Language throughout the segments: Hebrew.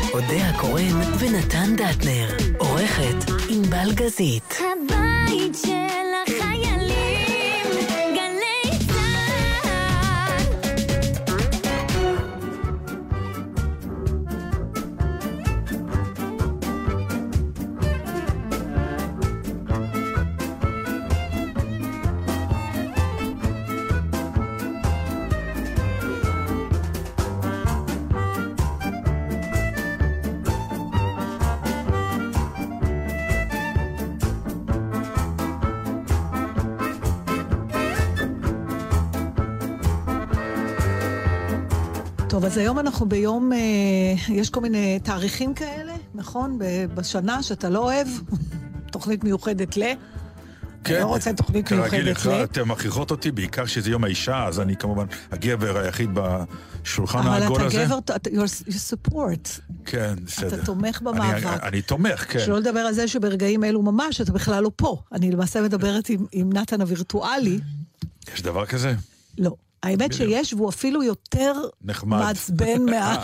אודיה קורן ונתן דטנר. עורכת ענבל גזית. הבית של החיילים, גלי צהל. טוב, אז היום אנחנו ביום, יש כל מיני תאריכים כאלה, נכון? בשנה שאתה לא אוהב, תוכנית מיוחדת ל... כן. אני לא רוצה תוכנית מיוחדת ל... כרגיל, אתם מכריחות אותי, בעיקר שזה יום האישה, אז אני כמובן הגבר היחיד בשולחן העגול הזה. אבל אתה גבר, you support. כן, בסדר. אתה תומך במאבק. אני תומך, כן. שלא לדבר על זה שברגעים אלו ממש, אתה בכלל לא פה. אני למעשה מדברת עם נתן הווירטואלי. יש דבר כזה? לא. האמת שיש, והוא אפילו יותר מעצבן מה...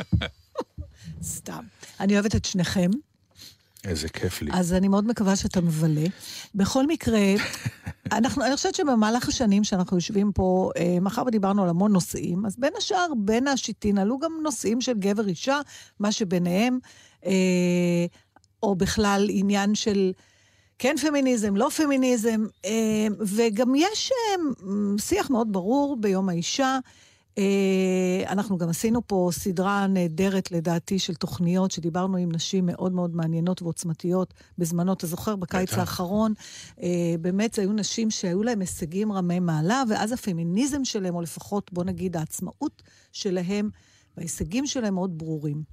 סתם. אני אוהבת את שניכם. איזה כיף לי. אז אני מאוד מקווה שאתה מבלה. בכל מקרה, אני חושבת שבמהלך השנים שאנחנו יושבים פה, מאחר ודיברנו על המון נושאים, אז בין השאר, בין השיטין, עלו גם נושאים של גבר אישה, מה שביניהם, או בכלל עניין של... כן פמיניזם, לא פמיניזם, וגם יש שיח מאוד ברור ביום האישה. אנחנו גם עשינו פה סדרה נהדרת לדעתי של תוכניות, שדיברנו עם נשים מאוד מאוד מעניינות ועוצמתיות בזמנו, אתה זוכר, בקיץ האחרון, באמת היו נשים שהיו להם הישגים רמי מעלה, ואז הפמיניזם שלהם, או לפחות בוא נגיד העצמאות שלהם, וההישגים שלהם מאוד ברורים.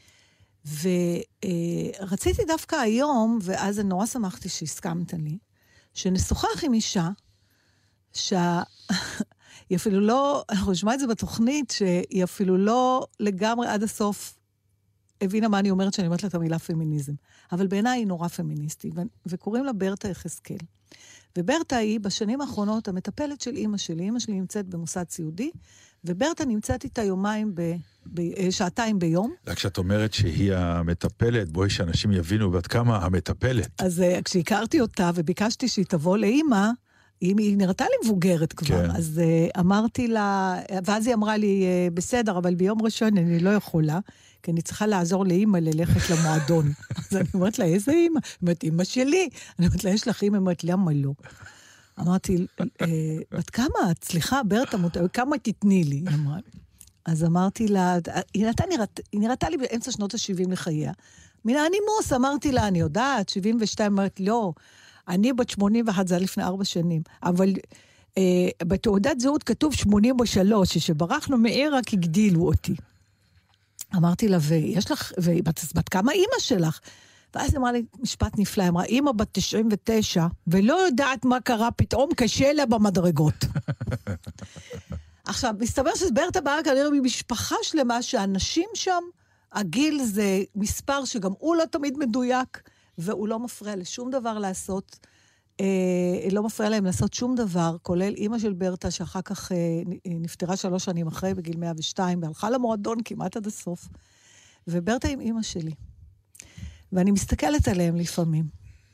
ורציתי דווקא היום, ואז אני נורא שמחתי שהסכמת לי, שנשוחח עם אישה, שהיא אפילו לא, אנחנו נשמע את זה בתוכנית, שהיא אפילו לא לגמרי עד הסוף הבינה מה אני אומרת, שאני אומרת לה את המילה פמיניזם. אבל בעיניי היא נורא פמיניסטית, וקוראים לה ברטה יחזקאל. וברטה היא בשנים האחרונות המטפלת של אמא שלי. אמא שלי נמצאת במוסד סיעודי, וברטה נמצאת איתה שעתיים ביום. רק שאת אומרת שהיא המטפלת, בואי שאנשים יבינו בת כמה המטפלת. אז כשהכרתי אותה וביקשתי שהיא תבוא לאמא, היא נראתה לי מבוגרת כבר, כן. אז אמרתי לה, ואז היא אמרה לי, בסדר, אבל ביום ראשון אני לא יכולה, כי אני צריכה לעזור לאמא ללכת למועדון. אז אני אומרת לה, איזה אמא? היא אומרת, אמא שלי. אני אומרת לה, יש לך אמא? היא אומרת, למה לא? אמרתי, בת כמה? סליחה, ברטה, כמה תתני לי? היא אמרה. אז אמרתי לה, היא נראתה לי באמצע שנות ה-70 לחייה. מן הנימוס, אמרתי לה, אני יודעת, 72, אמרת, לא, אני בת 81, זה לפני 4 שנים, אבל בתעודת זהות כתוב 83, שברחנו מעיר רק הגדילו אותי. אמרתי לה, ויש לך, בת כמה אימא שלך? ואז היא אמרה לי משפט נפלא, היא אמרה, אימא בת 99, ולא יודעת מה קרה, פתאום קשה לה במדרגות. עכשיו, מסתבר שברטה באה כנראה ממשפחה שלמה, שאנשים שם, הגיל זה מספר שגם הוא לא תמיד מדויק, והוא לא מפריע לשום דבר לעשות, לא מפריע להם לעשות שום דבר, כולל אמא של ברטה, שאחר כך נפטרה 3 שנים אחרי, בגיל 102, והלכה למועדון כמעט עד הסוף. וברטה עם אמא שלי. ואני מסתכלת עליהם לפעמים.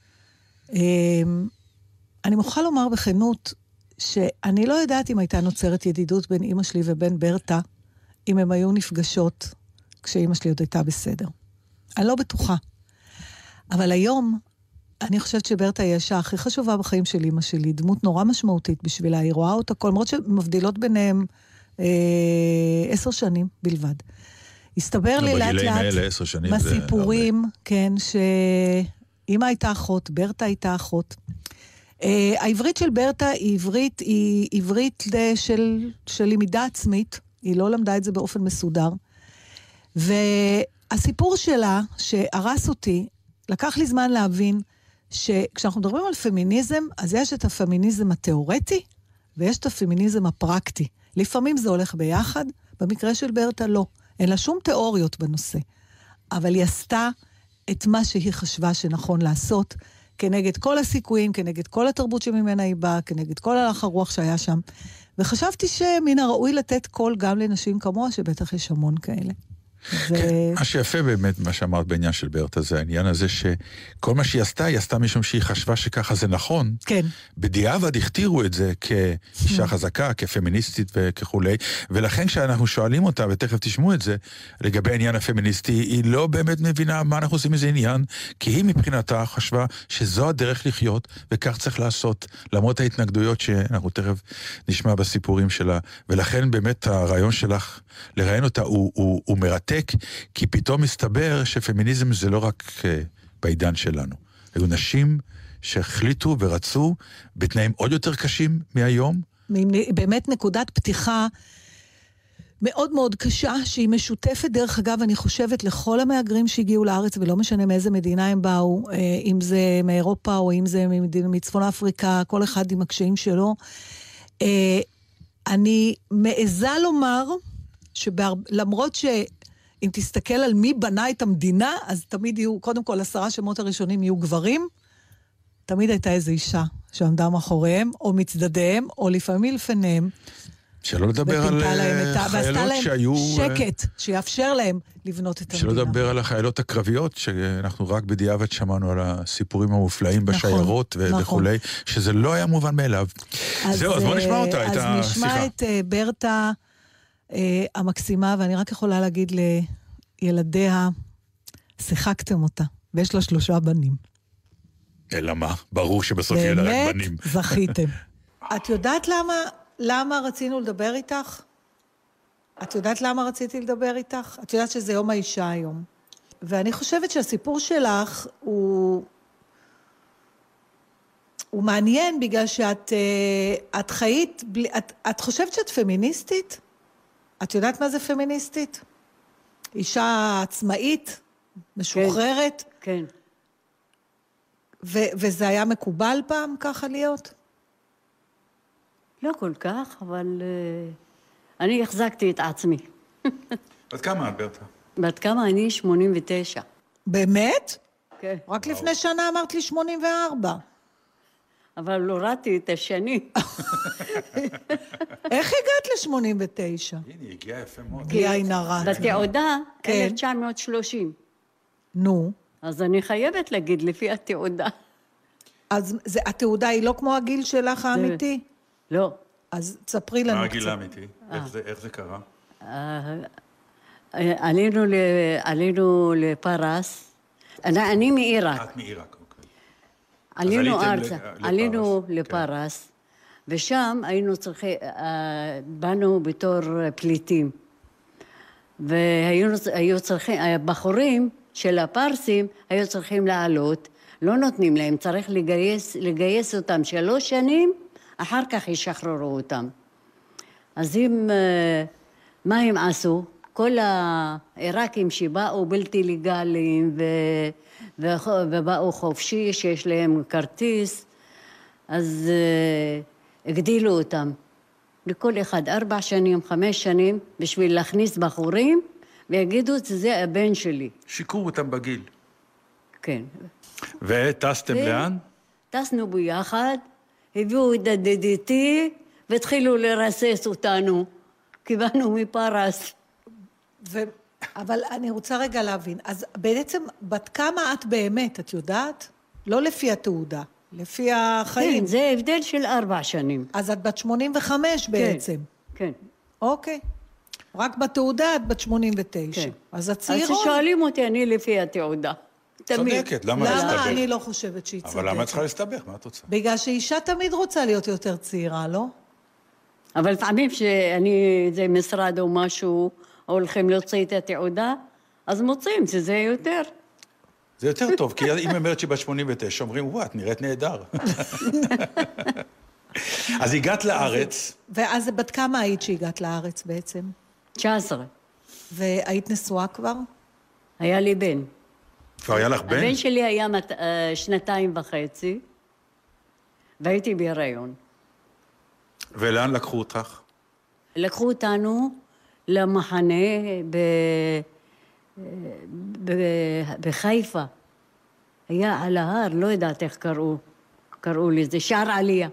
אני מוכרחה לומר בכנות, שאני לא יודעת אם הייתה נוצרת ידידות בין אמא שלי ובין ברטה, אם הם היו נפגשות כשאמא שלי עוד הייתה בסדר. אני לא בטוחה. אבל היום, אני חושבת שברטה היא האישה הכי חשובה בחיים של אמא שלי, דמות נורא משמעותית בשבילה, היא רואה אותה כל, למרות שמבדילות ביניהם 10 שנים בלבד. הסתבר לי לאט לאט מהסיפורים, כן, שאמא הייתה אחות, ברטה הייתה אחות. העברית של ברטה היא עברית של למידה עצמית, היא לא למדה את זה באופן מסודר, והסיפור שלה שהרס אותי, לקח לי זמן להבין שכשאנחנו מדברים על פמיניזם, אז יש את הפמיניזם התיאורטי, ויש את הפמיניזם הפרקטי. לפעמים זה הולך ביחד, במקרה של ברטה לא. אין לה שום תיאוריות בנושא. אבל היא עשתה את מה שהיא חשבה שנכון לעשות, כנגד כל הסיכויים, כנגד כל התרבות שממנה היא באה, כנגד כל הלך הרוח שהיה שם. וחשבתי שמן הראוי לתת קול גם לנשים כמוה, שבטח יש המון כאלה. מה שיפה באמת, מה שאמרת בעניין של ברטה, זה העניין הזה שכל מה שהיא עשתה משום שהיא חשבה שככה זה נכון. כן. בדיעבד הכתירו את זה כאישה חזקה, כפמיניסטית וכולי, ולכן כשאנחנו שואלים אותה, ותכף תשמעו את זה, לגבי העניין הפמיניסטי, היא לא באמת מבינה מה אנחנו עושים איזה עניין, כי היא מבחינתה חשבה שזו הדרך לחיות, וכך צריך לעשות, למרות ההתנגדויות שאנחנו תכף נשמע בסיפורים שלה, ולכן באמת הרעיון שלך לראיין אותה הוא מרתק, כי פתאום מסתבר שפמיניזם זה לא רק בעידן שלנו. היו נשים שהחליטו ורצו בתנאים עוד יותר קשים מהיום. באמת נקודת פתיחה מאוד מאוד קשה, שהיא משותפת דרך אגב, אני חושבת, לכל המהגרים שהגיעו לארץ, ולא משנה מאיזה מדינה הם באו, אם זה מאירופה או אם זה מצפון אפריקה, כל אחד עם הקשיים שלו. אני מעיזה לומר, למרות שאם תסתכל על מי בנה את המדינה, אז תמיד יהיו, קודם כל 10 שמות הראשונים יהיו גברים, תמיד הייתה איזו אישה שעמדה מאחוריהם, או מצדדיהם, או לפעמים לפניהם. שלא לדבר על חיילות שהיו... שקט, שיאפשר להם לבנות את המדינה. שלא לדבר על החיילות הקרביות, שאנחנו רק בדיעבד שמענו על הסיפורים המופלאים בשיירות וכולי, שזה לא היה מובן מאליו. זהו, אז בוא נשמע אותה, את השיחה. אז נשמע את ברטה המקסימה, ואני רק יכולה להגיד לילדיה, שיחקתם אותה, ויש לה 3 בנים. אלא מה? ברור שבסוף יהיה לה רק בנים. באמת זכיתם. את יודעת למה רצינו לדבר איתך? את יודעת למה רציתי לדבר איתך? את יודעת שזה יום האישה היום. ואני חושבת שהסיפור שלך הוא מעניין, בגלל שאת חיית, את חושבת שאת פמיניסטית? את יודעת מה זה פמיניסטית? אישה עצמאית, משוחררת? כן. וזה היה מקובל פעם ככה להיות? לא כל כך, אבל אני החזקתי את עצמי. עד כמה את, ברטה? בת כמה אני? 89. באמת? כן. רק לפני שנה אמרת לי 84. אבל הורדתי את השני. איך הגעת ל-89? הנה, הגיעה יפה מאוד. בלי עין הרע. בתעודה, כן. 1930. נו. אז אני חייבת להגיד לפי התעודה. אז התעודה היא לא כמו הגיל שלך האמיתי? לא. אז תספרי לנו קצת. מה הגיל האמיתי? איך זה קרה? עלינו לפרס. אני מעיראק. את מעיראק, אוקיי. עלינו ארצה, עלינו לפרס, ושם היינו צריכים, באנו בתור פליטים. והיו צריכים, הבחורים של הפרסים היו צריכים לעלות, לא נותנים להם, צריך לגייס אותם 3 שנים, אחר כך ישחררו אותם. אז מה הם עשו? כל העיראקים שבאו בלתי לגליים ובאו חופשי, שיש להם כרטיס, אז הגדילו אותם. לכל אחד 4 שנים, 5 שנים, בשביל להכניס בחורים, ויגידו שזה הבן שלי. שיקרו אותם בגיל. כן. וטסתם לאן? טסנו ביחד, הביאו את הדדיתי, והתחילו לרסס אותנו. קיבלנו מפרס. אבל אני רוצה רגע להבין, אז בעצם בת כמה את באמת, את יודעת? לא לפי התעודה, לפי החיים. כן, זה הבדל של 4 שנים. אז את בת 85 בעצם. כן. אוקיי. רק בתעודה את בת 89. כן. אז הצעירות... אז ששואלים אותי, אני לפי התעודה. תמיד. צודקת, למה להסתבך? למה? אני לא חושבת שהיא צודקת. אבל למה את צריכה להסתבך? מה את רוצה? בגלל שאישה תמיד רוצה להיות יותר צעירה, לא? אבל לפעמים שאני, זה משרד או משהו, או הולכים להוציא את התעודה, אז מוצאים שזה יותר. זה יותר טוב, כי אם אומרת שהיא בת 89, אומרים, וואה, את נראית נהדר. אז הגעת לארץ. ואז בת כמה היית שהגעת לארץ בעצם? 19. והיית נשואה כבר? היה לי בן. כבר היה לך בן? הבן שלי היה 2.5, והייתי בהיריון. ולאן לקחו אותך? לקחו אותנו למחנה בחיפה. היה על ההר, לא יודעת איך קראו לזה, שער עלייה.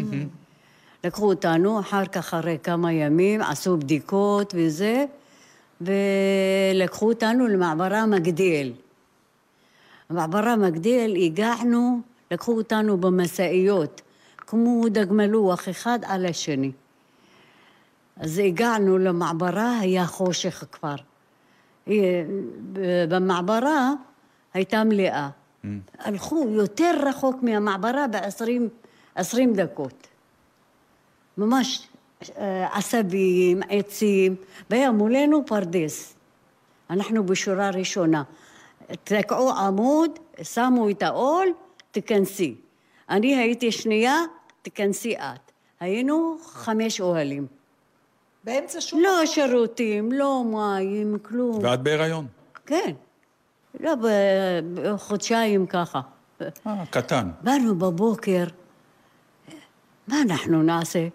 לקחו אותנו, אחר כך אחרי כמה ימים, עשו בדיקות וזה, ולקחו אותנו למעברה מגדיאל. המעברה מגדיאל, הגענו, לקחו אותנו במסעיות, כמו דג מלוח אחד על השני. אז הגענו למעברה, היה חושך כבר. במעברה הייתה מלאה. הלכו יותר רחוק מהמעברה ב-20 דקות. ממש עשבים, עצים, והיה מולנו פרדס. אנחנו בשורה ראשונה. תקעו עמוד, שמו את העול, תכנסי. אני הייתי שנייה, תכנסי את. היינו 5 אוהלים. באמצע שום... לא שירותים, לא מים, כלום. ואת בהיריון? כן. לא, בחודשיים ככה. קטן. באנו בבוקר, מה אנחנו נעשה?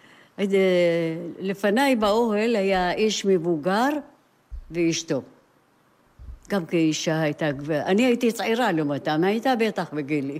לפניי באוהל היה איש מבוגר ואשתו. גם כאישה הייתה גבוהה. אני הייתי צעירה לעומתם, הייתה בטח בגילי.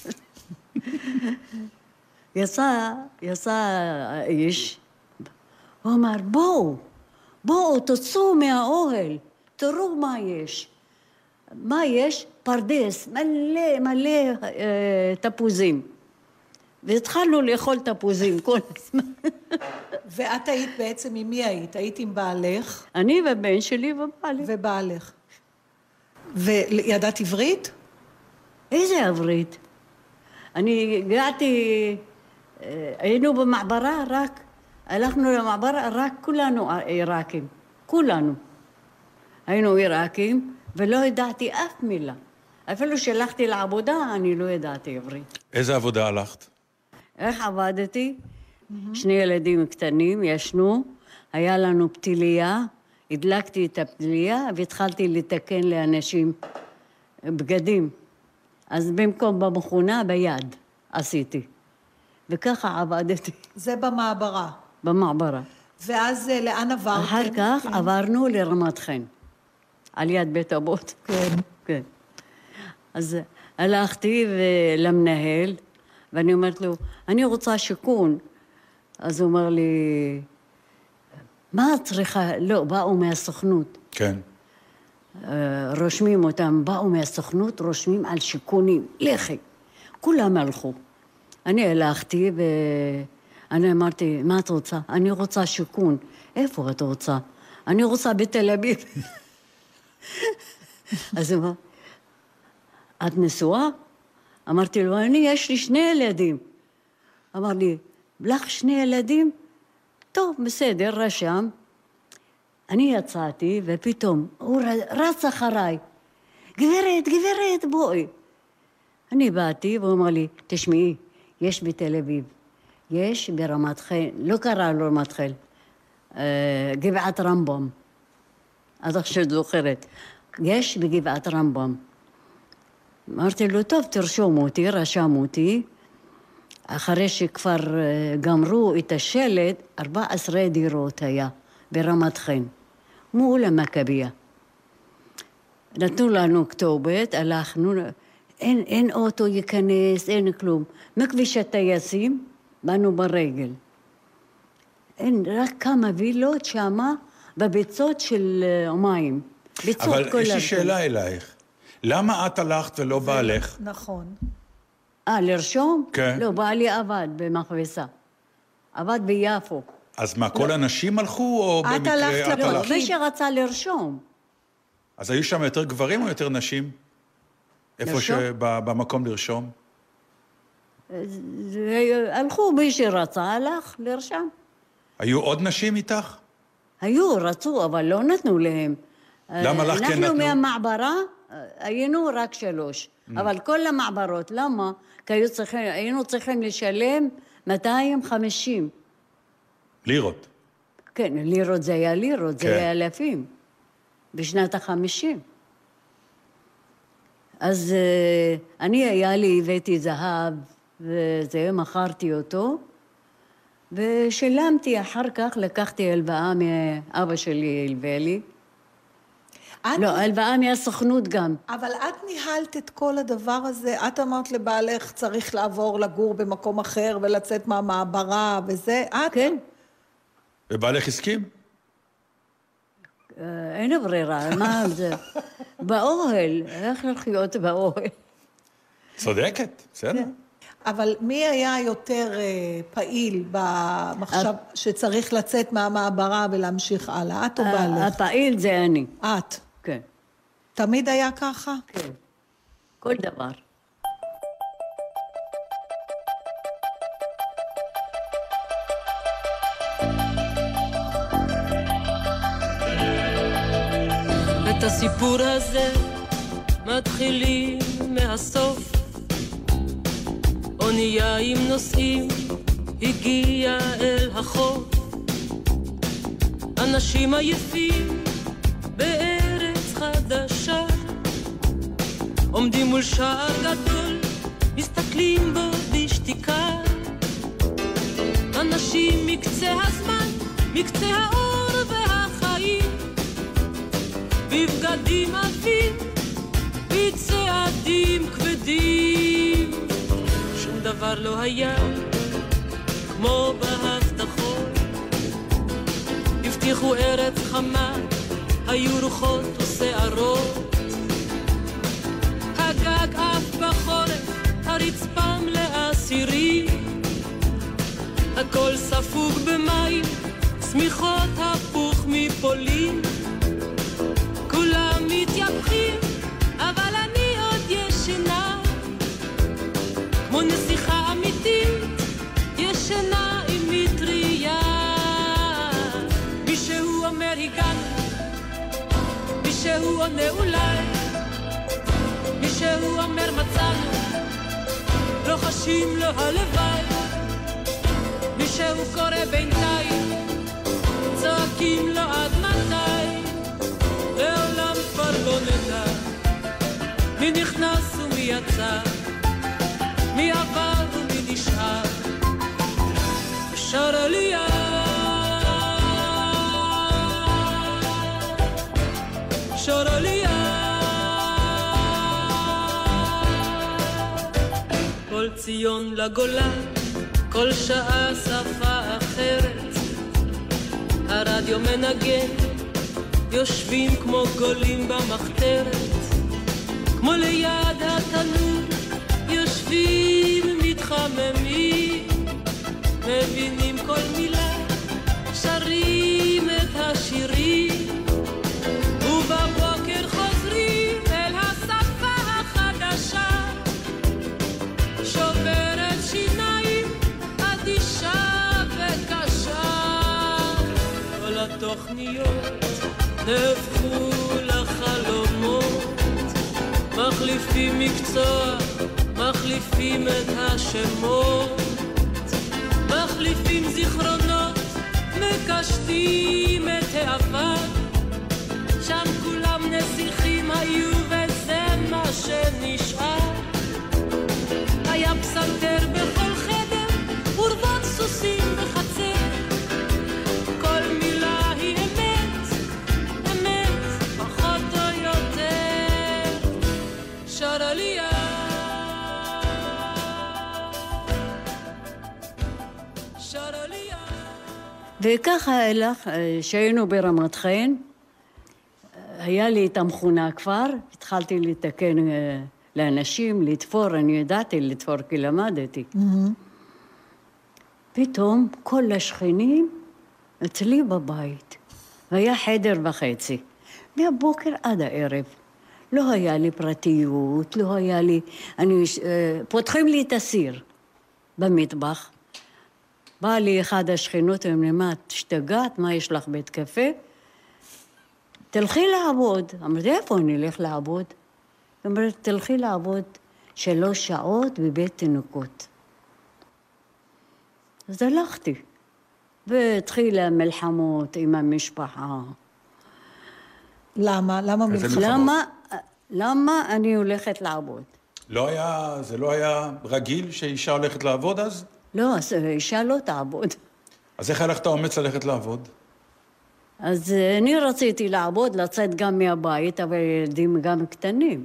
יצא האיש, הוא אמר, בואו, תצאו מהאוהל, תראו מה יש. מה יש? פרדס, מלא תפוזים. והתחלנו לאכול תפוזים כל הזמן. ואת היית בעצם, עם מי היית? היית עם בעלך? אני ובן שלי ובעלי. ובעלך. וידעת עברית? איזה עברית? אני הגעתי, היינו במעברה רק, הלכנו למעברה רק כולנו עיראקים. כולנו. היינו עיראקים ולא ידעתי אף מילה. אפילו שלחתי לעבודה, אני לא ידעתי עברית. איזה עבודה הלכת? איך עבדתי? 2 ילדים קטנים, ישנו, היה לנו פתיליה, הדלקתי את הפתיליה והתחלתי לתקן לאנשים בגדים. אז במקום במכונה, ביד עשיתי. וככה עבדתי. זה במעברה. במעברה. ואז לאן עברתם? אחר כך עברנו לרמת חן, על יד בית אבות. כן. כן. אז הלכתי למנהל, ואני אומרת לו, אני רוצה שיכון. אז הוא אומר לי, מה את צריכה? לא, באו מהסוכנות. כן. רושמים אותם, באו מהסוכנות, רושמים על שיכונים, לכי. כולם הלכו. אני הלכתי ואני אמרתי, מה את רוצה? אני רוצה שיכון. איפה את רוצה? אני רוצה בתל אביב. אז הוא אמר, את נשואה? אמרתי לו, יש לי 2 ילדים. אמר לי, לך 2 ילדים? טוב, בסדר, רשם. אני יצאתי, ופתאום הוא רץ אחריי. גברת, בואי. אני באתי, והוא אמר לי, תשמעי, יש בתל אביב, יש ברמת חן, לא קרא לו רמת חן, גבעת רמב"ם. אז עכשיו זוכרת. יש בגבעת רמב"ם. אמרתי לו, טוב, תרשום אותי, רשם אותי. אחרי שכבר גמרו את השלט, 14 דירות היה ברמת חן, מול המכביה. נתנו לנו כתובת, הלכנו, אין אוטו ייכנס, אין כלום. מכביש הטייסים, באנו ברגל. אין, רק כמה וילות שמה בביצות של מים. אבל יש לי שאלה אלייך. למה את הלכת ולא בעלך? נכון. לרשום? כן. לא, בעלי עבד במכבסה. עבד ביפו. אז מה, כל הנשים הלכו או במקרה הלכת את לא, הלכת? מי שרצה לרשום. אז היו שם יותר גברים או יותר נשים? איפה לרשום? במקום לרשום? הלכו, מי שרצה הלך לרשם. היו עוד נשים איתך? היו, רצו, אבל לא נתנו להם. למה לך כן נתנו? אנחנו מהמעברה היינו רק 3. אבל כל המעברות, למה? כי היינו צריכים לשלם 250. לירות. כן, לירות זה היה לירות, כן. זה היה אלפים. בשנת ה-50. אז הבאתי זהב, וזה, מכרתי אותו, ושילמתי אחר כך, לקחתי הלוואה מאבא שלי, הלווה לי. לא, הלוואה מהסוכנות גם. אבל את ניהלת את כל הדבר הזה, את אמרת לבעלך צריך לעבור לגור במקום אחר ולצאת מהמעברה וזה, את? כן. ובעלך הסכים? אין ברירה, מה זה? באוהל, איך לחיות באוהל? צודקת, בסדר. אבל מי היה יותר פעיל במחשב שצריך לצאת מהמעברה ולהמשיך הלאה? את או בעלך? הפעיל זה אני. את. כן. תמיד היה ככה? כן. כל דבר. את הסיפור הזה מתחילים מהסוף. אונייה עם נוסעים הגיעה אל החוף. אנשים עייפים בארץ חדשה עומדים מול שער גדול, מסתכלים בו בשתיקה. אנשים מקצה הזמן, מקצה האור והחיים, בבגדים עבים, בצעדים כבדים. שום דבר לא היה כמו בהבטחות. הבטיחו ארץ חמה, היו רוחות ושערות. הגג אף בחורף, הרצפה מלאה סירים. הכל ספוג במים, צמיחות הפוך מפולין. כולם מתייפחים, אבל אני עוד ישנה, כמו נסיכה אמיתית, ישנה עם מטריה. מישהו אומר הגענו, מישהו עונה אולי, מישהו אומר מצאנו, לא חשים לו הלוואי. מישהו קורא בינתיים, צועקים לו עד מתי, לעולם כבר לא נדע מי נכנס ומי יצא, מי עבר ומי נשאר. שר עלייה, שר עלייה, כל ציון לגולה, כל שעה שפה אחרת. הרדיו מנגן, יושבים כמו גולים במחתרת, כמו ליד התנור, יושבים מתחממים, מבינים כל מילה, שרים את השירים, ובבוקר חוזרים אל השפה החדשה, שוברת שיניים, אדישה וקשה. כל התוכניות נהפכו לחלומות, מחליפים מקצוע, מחליפים את השמות, מחליפים זיכרונות, מקשטים את העבר. שם כולם נסיכים היו וזה מה שנשאר. היה פסנתר בכל חדר, ורבות סוסים בחצר. כל מילה היא אמת, אמת, פחות או יותר. שר עלייה, שר עלייה. וככה הלך, שהיינו ברמת חן, היה לי את המכונה כבר, התחלתי לתקן לאנשים, לתפור, אני ידעתי לתפור כי למדתי. פתאום כל השכנים אצלי בבית, והיה חדר וחצי, מהבוקר עד הערב. לא היה לי פרטיות, לא היה לי... פותחים לי את הסיר במטבח. באה לי אחד השכנות, ואומרים, מה, תשתגעת, מה יש לך בית קפה? תלכי לעבוד. אמרתי, איפה אני אלך לעבוד? אמרתי, תלכי לעבוד 3 שעות בבית תינוקות. אז הלכתי, והתחילה מלחמות עם המשפחה. למה? למה מלחמות? למה אני הולכת לעבוד? זה לא היה רגיל שאישה הולכת לעבוד אז? לא, אישה לא תעבוד. אז איך הלכת אומץ ללכת לעבוד? אז אני רציתי לעבוד, לצאת גם מהבית, אבל ילדים גם קטנים.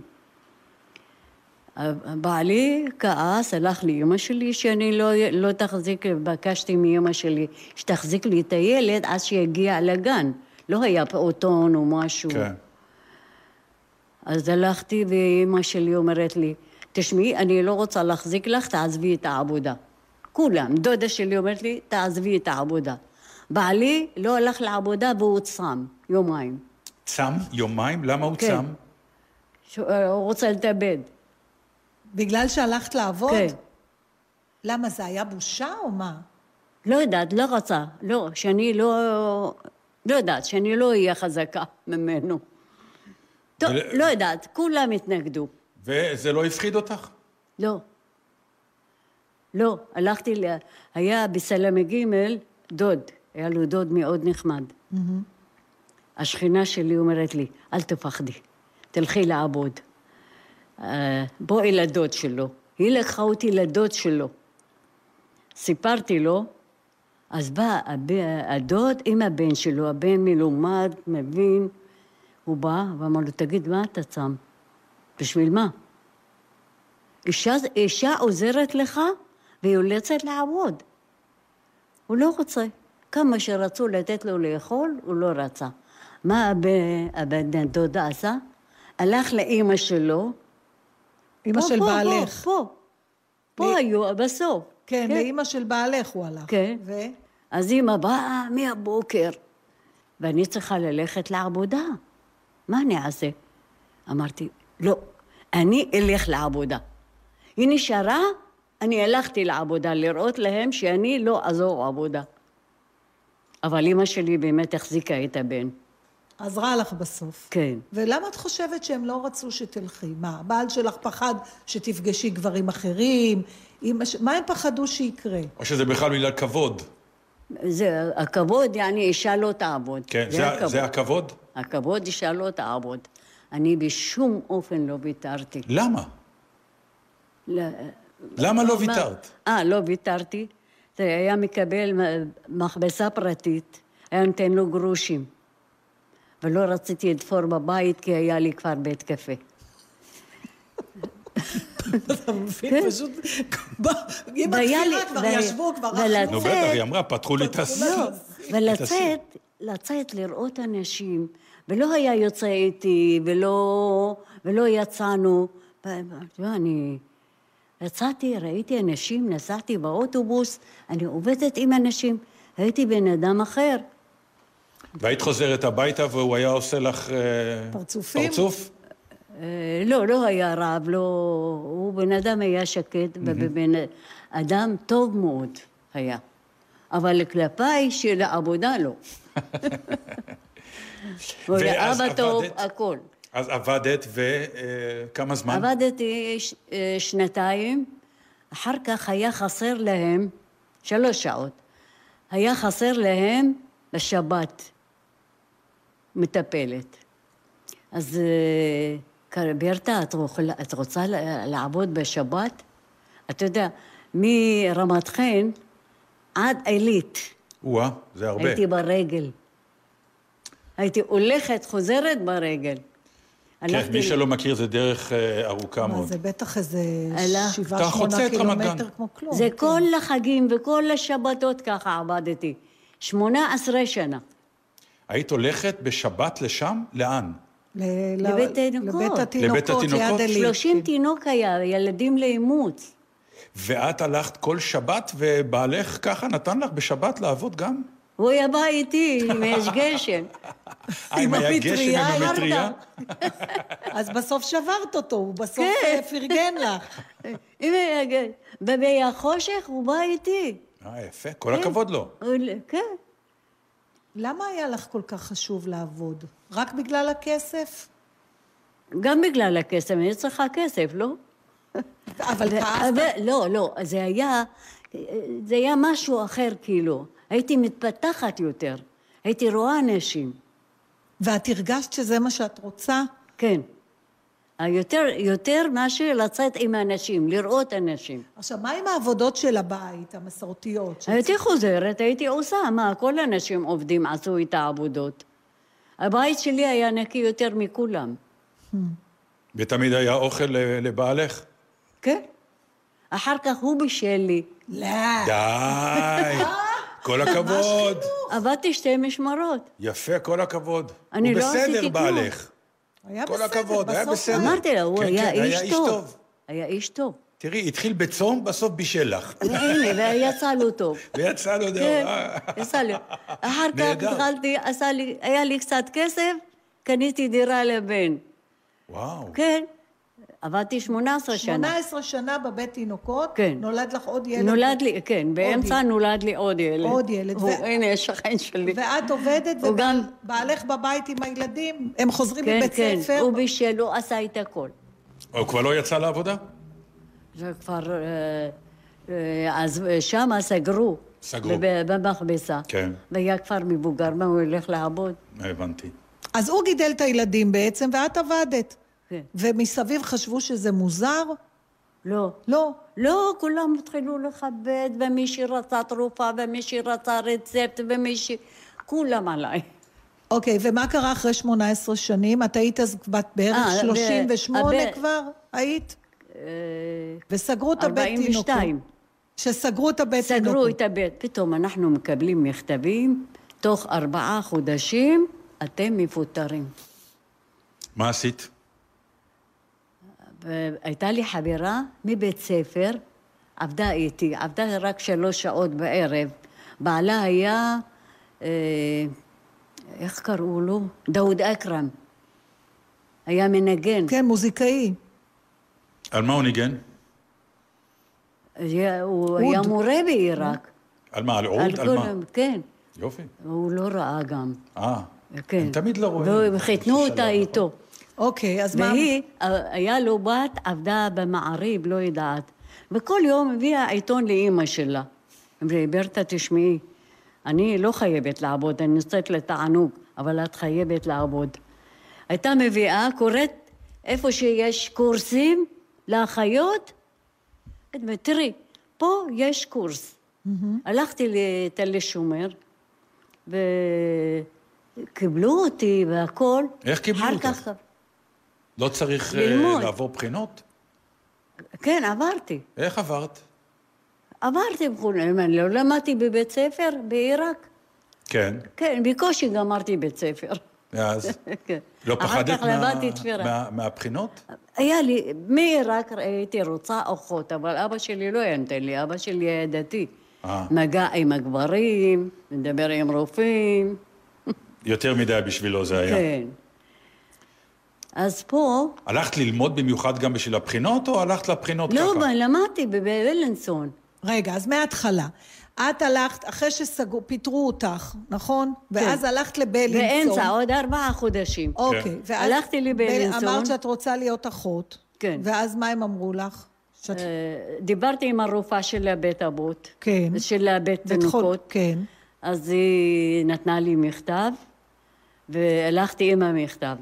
בעלי כעס, הלך לאמא שלי שאני לא תחזיק, בקשתי מאמא שלי שתחזיק לי את הילד עד שיגיע לגן, לא היה פעוטון או משהו. כן. אז הלכתי, ואמא שלי אומרת לי, תשמעי, אני לא רוצה להחזיק לך, תעזבי את העבודה. כולם, דודה שלי אומרת לי, תעזבי את העבודה. בעלי לא הלך לעבודה והוא צם, יומיים. צם? יומיים? למה הוא כן. צם? הוא רוצה להתאבד. בגלל שהלכת לעבוד? כן. למה, זה היה בושה או מה? לא יודעת, לא רצה. לא, שאני לא יודעת, שאני לא אהיה חזקה ממנו. טוב, לא יודעת, כולם התנגדו. וזה לא הפחיד אותך? לא. לא, הלכתי, היה בסלמי ג' דוד, היה לו דוד מאוד נחמד. השכינה שלי אומרת לי, אל תפחדי, תלכי לעבוד. בואי לדוד שלו. היא לקחה אותי לדוד שלו. סיפרתי לו, אז בא הדוד עם הבן שלו, הבן מלומד, מבין, הוא בא ואמר לו, תגיד, מה אתה צם? בשביל מה? אישה עוזרת לך והיא הולצת לעבוד. הוא לא רוצה. כמה שרצו לתת לו לאכול, הוא לא רצה. מה הבן דוד עשה? הלך לאמא שלו. אמא של בעלך. פה היו, בסוף. כן, לאמא של בעלך הוא הלך. כן. אז אמא באה מהבוקר, ואני צריכה ללכת לעבודה. מה אני אעשה? אמרתי, לא, אני אלך לעבודה. היא נשארה, אני הלכתי לעבודה, לראות להם שאני לא אעזור עבודה. אבל אמא שלי באמת החזיקה את הבן. עזרה לך בסוף. כן. ולמה את חושבת שהם לא רצו שתלכי? מה, הבעל שלך פחד שתפגשי גברים אחרים? מה הם פחדו שיקרה? או שזה בכלל בגלל כבוד? זה הכבוד, יעני, אישה לא תעבוד. כן, זה הכבוד? הכבוד, אישה לא תעבוד. אני בשום אופן לא ויתרתי. למה? למה לא ויתרת? לא ויתרתי. זה היה מקבל מכבסה פרטית, היה נותן לו גרושים. ולא רציתי לתפור בבית, כי היה לי כבר בית קפה. אתה מבין, פשוט, אם התחילה כבר ישבו, כבר נו בטח, היא אמרה, פתחו לי את הסיר. ולצאת לראות אנשים, ולא היה יוצא איתי, ולא יצאנו. אני יצאתי, ראיתי אנשים, נסעתי באוטובוס, אני עובדת עם אנשים, הייתי בן אדם אחר. והיית חוזרת הביתה והוא היה עושה לך פרצוף? לא היה רב, הוא בן אדם היה שקט, ובן אדם טוב מאוד היה. אבל כלפיי של העבודה לא. הוא היה אבא טוב, הכל. אז עבדת וכמה זמן? עבדתי 2, אחר כך היה חסר להם 3 שעות. היה חסר להם בשבת מטפלת. אז ברטה, את רוצה לעבוד בשבת? אתה יודע, מרמת חן עד עילית. זה הרבה. הייתי ברגל. הייתי הולכת, חוזרת ברגל. כן, מי שלא מכיר זה דרך ארוכה מאוד. זה בטח איזה 7-8 קילומטר כמו כלום. זה כל החגים וכל השבתות ככה עבדתי. 18 שנה. היית הולכת בשבת לשם? לאן? לבית התינוקות. לבית התינוקות? 30 תינוק היה, ילדים לאימוץ. ואת הלכת כל שבת ובעלך ככה נתן לך בשבת לעבוד גם? הוא היה בא איתי, אם יש גשם. אם היה גשם עם המטריה? אז בסוף שברת אותו, הוא בסוף פרגן לך. אם היה חושך, הוא בא איתי. יפה, כל הכבוד לו. כן. למה היה לך כל כך חשוב לעבוד? רק בגלל הכסף? גם בגלל הכסף, אני צריכה כסף, לא? אבל כעסת? לא, זה היה משהו אחר כאילו. הייתי מתפתחת יותר, הייתי רואה אנשים. ואת הרגשת שזה מה שאת רוצה? כן. יותר מאשר לצאת עם אנשים, לראות אנשים. עכשיו, מה עם העבודות של הבית, המסורתיות? הייתי חוזרת, הייתי עושה, כל האנשים עובדים עשו את העבודות. הבית שלי היה נקי יותר מכולם. ותמיד היה אוכל לבעלך? כן. אחר כך הוא בישל לי. לא. די. כל הכבוד. עבדתי 2 משמרות. יפה, כל הכבוד. אני הוא לא עשיתי בסדר כלום. בעלך. היה כל בסדר, הכבוד, היה בסוף בסדר. אמרתי לה, הוא כן, היה כן, איש טוב. היה איש טוב. תראי, התחיל בצום, בסוף בישל לך. הנה, ויצא לו טוב. ויצא לו כן, דבר. יצא לי. אחר כך נהדר. התחלתי, היה לי קצת כסף, קניתי דירה לבן. וואו. כן, עבדתי 18 שנה. 18 שנה בבית תינוקות, כן. נולד לך עוד ילד. נולד לי, כן, באמצע נולד לי עוד ילד. עוד ילד. הנה, השכן שלי. ואת עובדת, הוא גם- ובעלך בבית עם הילדים, הם חוזרים כן, מבית כן, ספר. הוא בישל, הוא עשה את הכל. הוא כבר לא יצא לעבודה? זה כבר, אז שמה סגרו. סגרו. במכבסה. כן. והיה כבר מבוגר, מה הוא ילך לעבוד? הבנתי. אז הוא גידל את הילדים בעצם, ואת עבדת. כן. ומסביב חשבו שזה מוזר? לא. לא. לא, כולם התחילו לכבד, ומי שרצה תרופה, ומי שרצה רצפט, כולם עליי. אוקיי, ומה קרה אחרי 18 שנים? את היית אז בת בערך 38 כבר? היית? וסגרו את הבית תינוקות. 42. שסגרו את הבית תינוקות. סגרו את הבית. פתאום אנחנו מקבלים מכתבים, תוך 4 חודשים אתם מפוטרים. מה עשית? והייתה לי חברה מבית ספר, עבדה איתי, עבדה רק 3 שעות בערב. בעלה היה, איך קראו לו? דאוד אקרם. היה מנגן. כן, מוזיקאי. על מה הוא ניגן? הוא היה מורה בעיראק. על מה? על עוד? על מה? כן. יופי. הוא לא ראה גם. כן. הם תמיד לא רואים. והם חיתנו אותה איתו. אוקיי, אז מה? והיא, היה לו בת, עבדה במעריב, לא יודעת. וכל יום הביאה עיתון לאמא שלה. אמרה, ברטה, תשמעי, אני לא חייבת לעבוד, אני נוצאת לתענוג, אבל את חייבת לעבוד. הייתה מביאה, קוראת איפה שיש קורסים לאחיות, תראי, פה יש קורס. הלכתי לתל שומר, וקיבלו אותי והכל. איך קיבלו אותך? לא צריך לעבור בחינות? כן, עברתי. איך עברת? עברתי בכולם, אני לא למדתי בבית ספר בעיראק. כן. כן, בקושי גמרתי בית ספר. אז כן. לא פחדת אחר כך למדתי תפירה. מהבחינות? היה לי, מעיראק הייתי רוצה אחות, אבל אבא שלי לא היה נותן לי, אבא שלי היה דתי. מגע עם הגברים, מדבר עם רופאים. יותר מדי בשבילו זה היה. כן. אז פה... הלכת ללמוד במיוחד גם בשביל הבחינות, או הלכת לבחינות ככה? לא, למדתי בבלינסון. רגע, אז מההתחלה. את הלכת, אחרי פיטרו אותך, נכון? ואז הלכת לבלינסון. באמצע, עוד 4 חודשים. אוקיי. ואז הלכתי לבלינסון. אמרת שאת רוצה להיות אחות. כן. ואז מה הם אמרו לך? דיברתי עם הרופאה של הבית אבות. כן. של הבית תינוקות. כן. אז היא נתנה לי מכתב, והלכתי עם המכתב.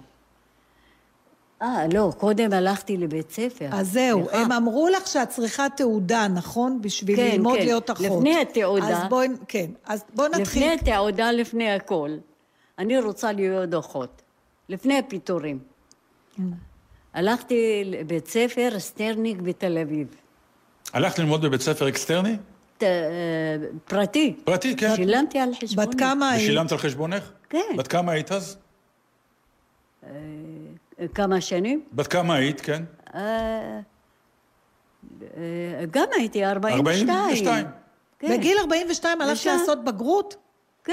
לא, קודם הלכתי לבית ספר. אז זהו, הם אמרו לך שאת צריכה תעודה, נכון? בשביל כן, ללמוד כן. להיות אחות. לפני התעודה. אז בואי נתחיל. לפני התעודה, לפני הכל. אני רוצה להיות אחות. לפני הפיטורים. הלכתי לבית ספר סטרניק בתל אביב. הלכת ללמוד בבית ספר אקסטרני? פרטי. פרטי, כן. שילמתי על חשבוני. בת כמה היית? ושילמת על חשבונך? כן. בת כמה היית אז? כמה שנים? בת כמה היית, כן? גם הייתי 42. 42. כן. בגיל 42 הלכת לעשות בגרות? כן.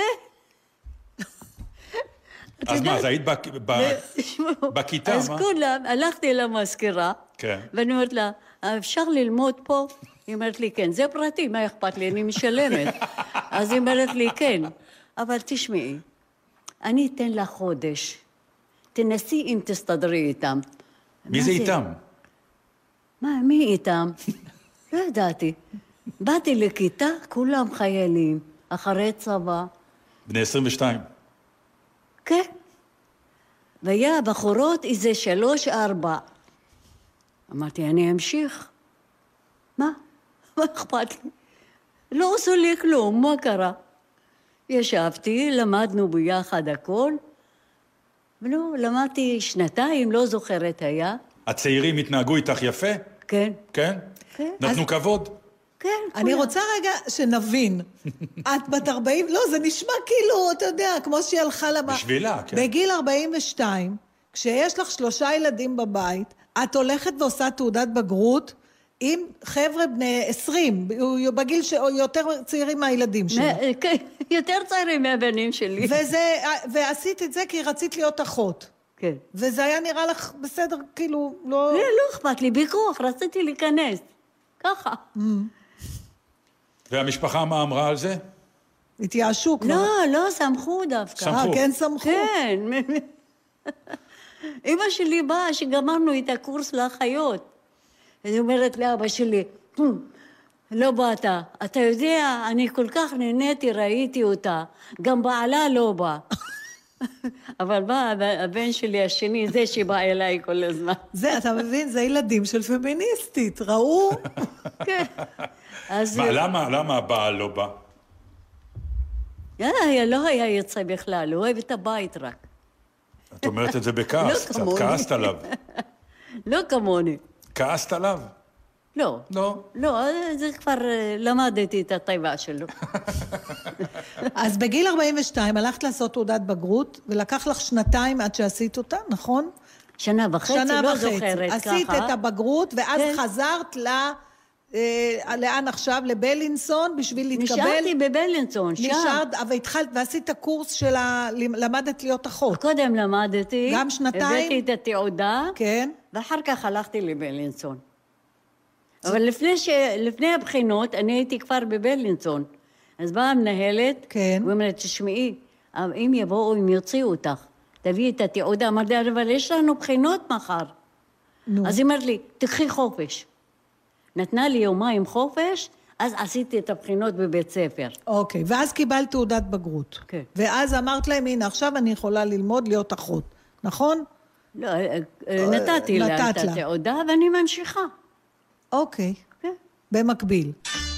אז מה, אז היית בכיתה, אז מה? כולם, הלכתי למזכירה, כן. ואני אומרת לה, אפשר ללמוד פה? היא אומרת לי, כן, זה פרטי, מה אכפת לי? אני משלמת. אז היא אומרת לי, כן, אבל תשמעי, אני אתן לה חודש, תנסי אם תסתדרי איתם. מי זה איתם? מי איתם? לא ידעתי. באתי לכיתה, כולם חיילים, אחרי צבא. בני 22. כן. והיה בחורות איזה 3-4. אמרתי, אני אמשיך. מה? מה אכפת לי? לא עשו לי כלום, מה קרה? ישבתי, למדנו ביחד הכל, ולא, למדתי 2, לא זוכרת היה. הצעירים התנהגו איתך יפה? כן. כן? כן. נתנו כבוד? כן, אני כולם. רוצה רגע שנבין. את בת 40, לא, זה נשמע כאילו, אתה יודע, כמו שהיא הלכה בשבילה, כן. בגיל 42, כשיש לך 3 ילדים בבית, את הולכת ועושה תעודת בגרות עם חבר'ה בני 20, בגיל יותר צעירים מהילדים שלה. יותר צעירים מהבנים שלי. ועשית את זה כי רצית להיות אחות. כן. וזה היה נראה לך בסדר, כאילו, לא... לא אכפת לי, בכוח, רציתי להיכנס. ככה. והמשפחה מה אמרה על זה? התייאשו כבר. לא, שמחו דווקא. שמחו. כן, שמחו. כן. אמא שלי באה שגמרנו את הקורס לאחיות. אני אומרת לאבא שלי, לא באת. אתה יודע, אני כל כך נהניתי, ראיתי אותה. גם בעלה לא בא. אבל בא הבן שלי השני, זה שבא אליי כל הזמן. זה, אתה מבין, זה ילדים של פמיניסטית, ראו? כן. אז... למה הבעל לא בא? לא היה יוצא בכלל, הוא אוהב את הבית רק. את אומרת את זה בכעס, לא קצת כמוני. כעסת עליו. לא כמוני. כעסת עליו? לא. לא. לא, זה כבר למדתי את הטבע שלו. אז בגיל 42 הלכת לעשות תעודת בגרות, ולקח לך 2 עד שעשית אותה, נכון? שנה וחצי, לא זוכרת ככה. עשית את הבגרות, ואז כן. חזרת לאן עכשיו? לבלינסון, בשביל להתקבל? נשארתי בבלינסון, שם. נשארת, והתחלת, ועשית קורס למדת להיות אחות. קודם למדתי. גם 2? הבאתי את התעודה. כן. ואחר כך הלכתי לבלינסון. אבל לפני הבחינות, אני הייתי כבר בבלינסון. אז באה המנהלת, כן. ואומרת, תשמעי, אם יבואו, אם יוציאו אותך, תביאי את התעודה. אמרתי, אבל יש לנו בחינות מחר. נו. אז היא אומרת לי, תקחי חופש. נתנה לי יומיים חופש, אז עשיתי את הבחינות בבית ספר. אוקיי, ואז קיבלת תעודת בגרות. כן. ואז אמרת להם, הנה, עכשיו אני יכולה ללמוד להיות אחות, נכון? לא, נתתי לה את התעודה, ואני ממשיכה. אוקיי, כן. במקביל.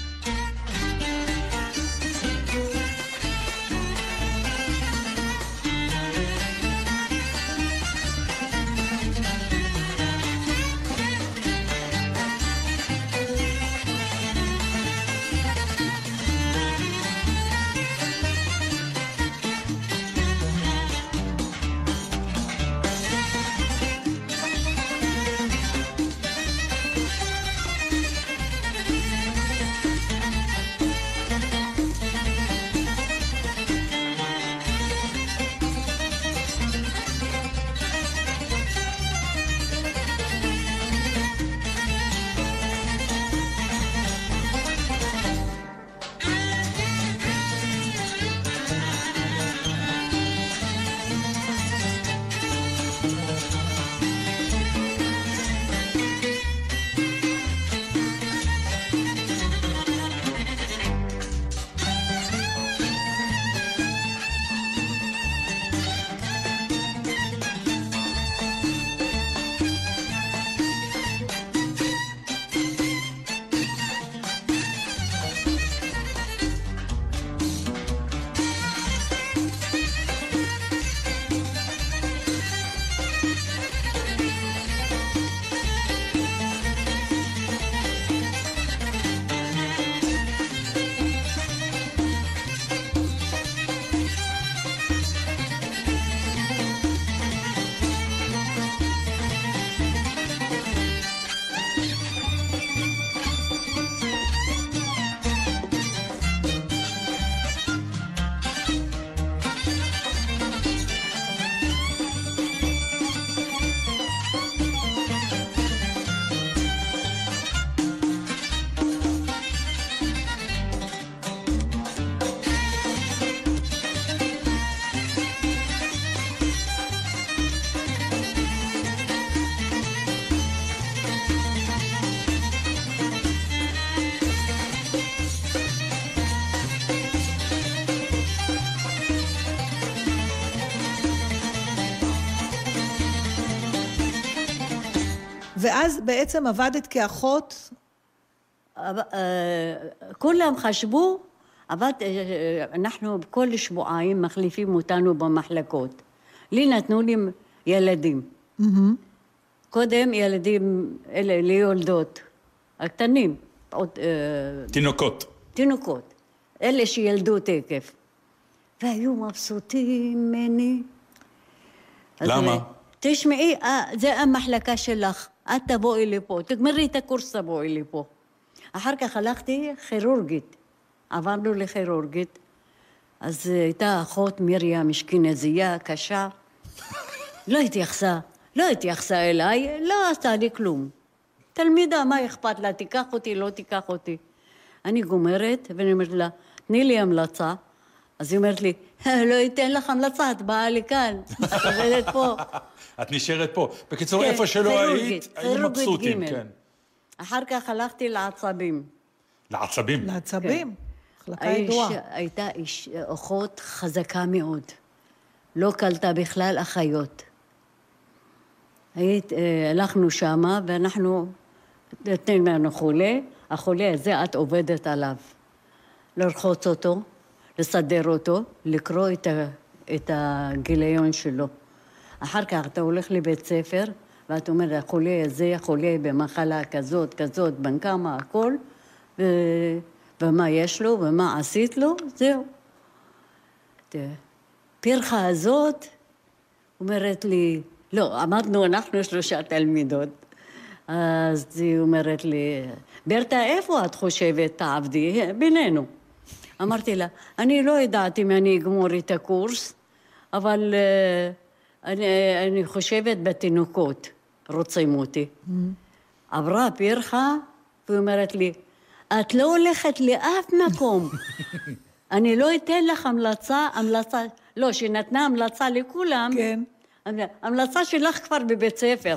ואז בעצם עבדת כאחות? כולם חשבו, אנחנו כל שבועיים מחליפים אותנו במחלקות. לי נתנו לי ילדים. קודם ילדים, אלה ליולדות, הקטנים. תינוקות, אלה שילדו תקף. והיו מבסוטים ממני. למה? תשמעי, זה המחלקה שלך, את תבואי לפה, תגמרי את הקורס, תבואי לפה. אחר כך הלכתי כירורגית, עברנו לכירורגית, אז הייתה אחות מרים אשכנזייה קשה, לא התייחסה אליי, לא עשתה לי כלום. תלמידה, מה אכפת לה, תיקח אותי, לא תיקח אותי. אני גומרת, ואני אומרת לה, תני לי המלצה. אז היא אומרת לי, לא ייתן לך המלצה, את באה לי כאן, את עובדת פה. את נשארת פה. בקיצור, איפה שלא היית, היו מבסוטים, כן. אחר כך הלכתי לעצבים. לעצבים? לעצבים, מחלקה ידועה. הייתה אחות חזקה מאוד. לא קלטה בכלל אחיות. הלכנו שמה, ואנחנו נתן לנו חולה, החולה הזה את עובדת עליו. לרחוץ אותו, לסדר אותו, לקרוא את הגיליון שלו. אחר כך אתה הולך לבית ספר, ואת אומרת, החולה הזה חולה במחלה כזאת, בן כמה, הכל, ומה יש לו, ומה עשית לו, זהו. פרחה הזאת אומרת לי, לא, אמרנו, אנחנו 3 תלמידות. אז היא אומרת לי, ברטה, איפה את חושבת תעבדי? בינינו. אמרתי לה, אני לא יודעת אם אני אגמור את הקורס, אבל אני חושבת בתינוקות, רוצים אותי. עברה פרחה, והיא אומרת לי, את לא הולכת לאף מקום. אני לא אתן לך המלצה, לא, שנתנה המלצה לכולם. כן. המלצה שלך כבר בבית ספר.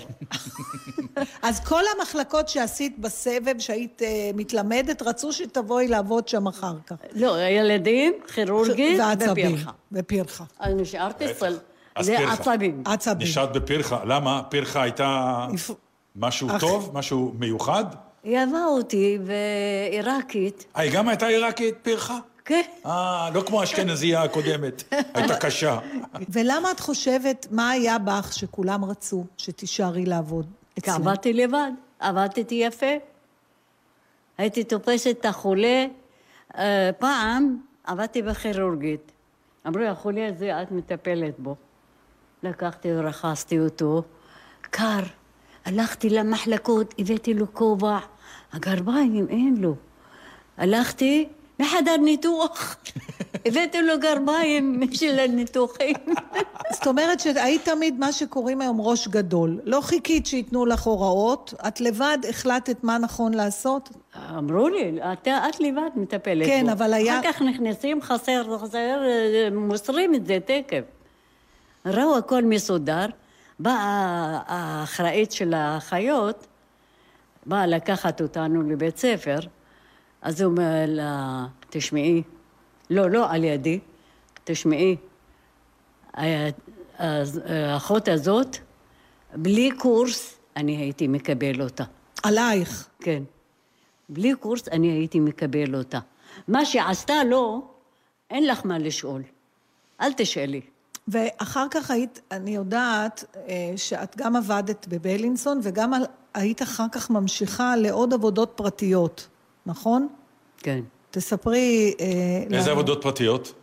אז כל המחלקות שעשית בסבב, שהיית מתלמדת, רצו שתבואי לעבוד שם אחר כך. לא, ילדים, כירורגית ופרחה. ופרחה. אני נשארתי אצל... אז זה פרחה. עצבים. נשארת בפרחה. למה? פרחה הייתה משהו טוב? משהו מיוחד? היא אהבה אותי, ועיראקית. היא גם הייתה עיראקית פרחה? כן. לא כמו האשכנזייה הקודמת. הייתה קשה. ולמה את חושבת, מה היה בך שכולם רצו שתישארי לעבוד כי אצלם? עבדתי לבד, עבדתי יפה. הייתי תופסת את החולה. פעם עבדתי בכירורגית. אמרו, החולה הזה את מטפלת בו. לקחתי ורחסתי אותו. קר. הלכתי למחלקות, הבאתי לו כובע. הגרביים אין לו. הלכתי לחדר ניתוח. הבאתי לו גרביים של הניתוחים. זאת אומרת שהיית תמיד מה שקוראים היום ראש גדול. לא חיכית שיתנו לך הוראות, את לבד החלטת מה נכון לעשות? אמרו לי, את לבד מטפלת כן, בו. אבל היה... אחר כך נכנסים, חסר, מוסרים את זה תקף. ראו הכל מסודר. באה האחראית של האחיות, באה לקחת אותנו לבית ספר, אז הוא אומר לה, תשמעי, לא על ידי, תשמעי, האחות הזאת, בלי קורס, אני הייתי מקבל אותה. עלייך. כן. בלי קורס אני הייתי מקבל אותה. מה שעשתה לו, אין לך מה לשאול. אל תשאלי. ואחר כך היית, אני יודעת שאת גם עבדת בבלינסון, וגם היית אחר כך ממשיכה לעוד עבודות פרטיות, נכון? כן. תספרי... איזה עבודות פרטיות?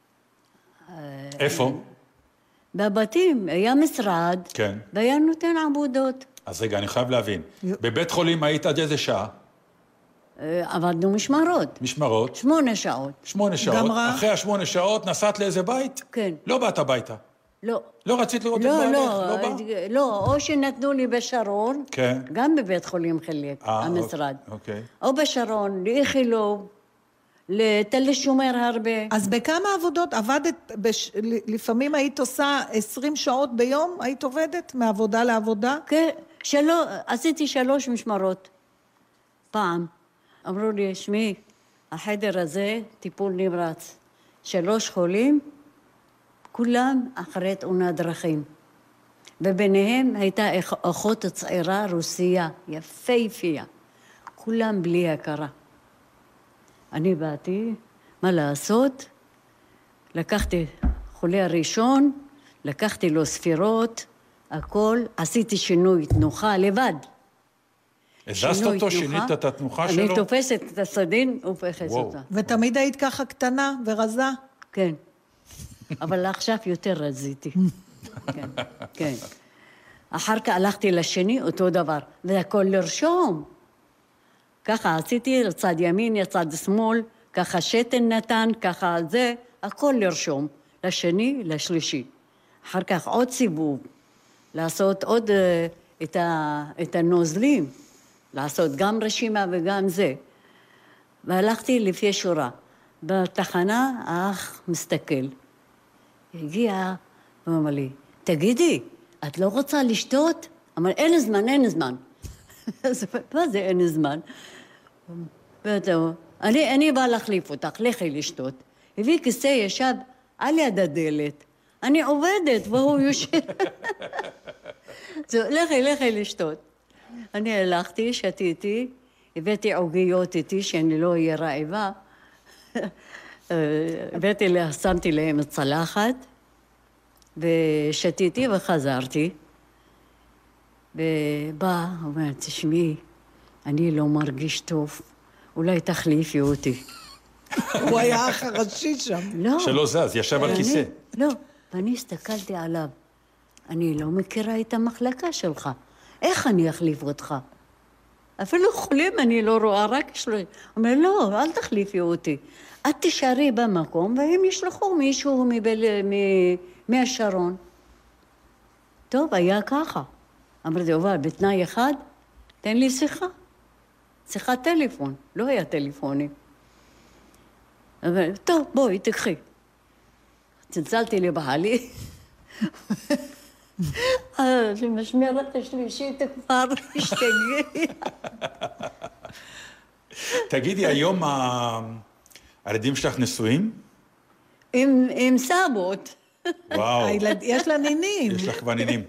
איפה? בבתים, היה משרד, כן. והיה נותן עבודות. אז רגע, אני חייב להבין. בבית חולים היית עד איזה שעה? עבדנו משמרות. משמרות? 8 שעות. 8 שעות. גמרה? אחרי 8 שעות נסעת לאיזה בית? כן. לא באת הביתה. לא. לא רצית לראות את בעלך? לא בא? לא, או שנתנו לי בשרון, כן. גם בבית חולים חלק, המשרד. אוקיי. או בשרון, לאיכילוב, לתל שומר הרבה. אז בכמה עבודות עבדת, לפעמים היית עושה 20 שעות ביום, היית עובדת מעבודה לעבודה? כן, עשיתי 3 משמרות. פעם. אמרו לי, שמי, החדר הזה טיפול נמרץ. 3 חולים, כולם אחרי תאונת דרכים. וביניהם הייתה אחות צעירה רוסייה, יפהפייה. כולם בלי הכרה. אני באתי, מה לעשות? לקחתי חולה הראשון, לקחתי לו ספירות, הכל, עשיתי שינוי תנוחה לבד. הזזת אותו, שינית את התנוחה שלו? אני תופסת את הסדין, הופכת וואו. אותה. ותמיד היית ככה קטנה ורזה? כן. אבל עכשיו יותר רזיתי. כן, כן. אחר כך הלכתי לשני, אותו דבר. והכל לרשום. ככה עשיתי, צד ימין, צד שמאל, ככה שתן נתן, ככה זה, הכל לרשום. לשני, לשלישי. אחר כך עוד סיבוב. לעשות עוד את הנוזלים. לעשות גם רשימה וגם זה. והלכתי לפי שורה. בתחנה האח מסתכל. הגיע ואומר לי, תגידי, את לא רוצה לשתות? אמר, אין זמן, אין זמן. אז מה זה אין זמן? וזהו, אני באה להחליף אותך, לכי לשתות. הביא כיסא ישב על יד הדלת. אני עובדת והוא יושב. זהו, לכי לשתות. אני הלכתי, שתיתי, הבאתי עוגיות איתי שאני לא אהיה רעבה. שמתי להם צלחת, ושתיתי וחזרתי. ובא, אומר, תשמעי, אני לא מרגיש טוב, אולי תחליפי אותי. הוא היה האח הראשי שם. לא. שלא זז, ישב על כיסא. לא, ואני הסתכלתי עליו. אני לא מכירה את המחלקה שלך. איך אני אחליף אותך? אפילו חולים אני לא רואה, רק יש לו... אומר, לא, אל תחליפי אותי. את תישארי במקום, והם ישלחו מישהו מהשרון. טוב, היה ככה. אמרתי, אבל בתנאי אחד, תן לי שיחה. שיחת טלפון, לא היה טלפונים. אבל, טוב, בואי, תקחי. צלצלתי לבעלי. המשמרת השלישית כבר השתגע. תגידי, היום הילדים שלך נשואים? עם סבות. וואו. יש לה נינים. יש לך כבר נינים.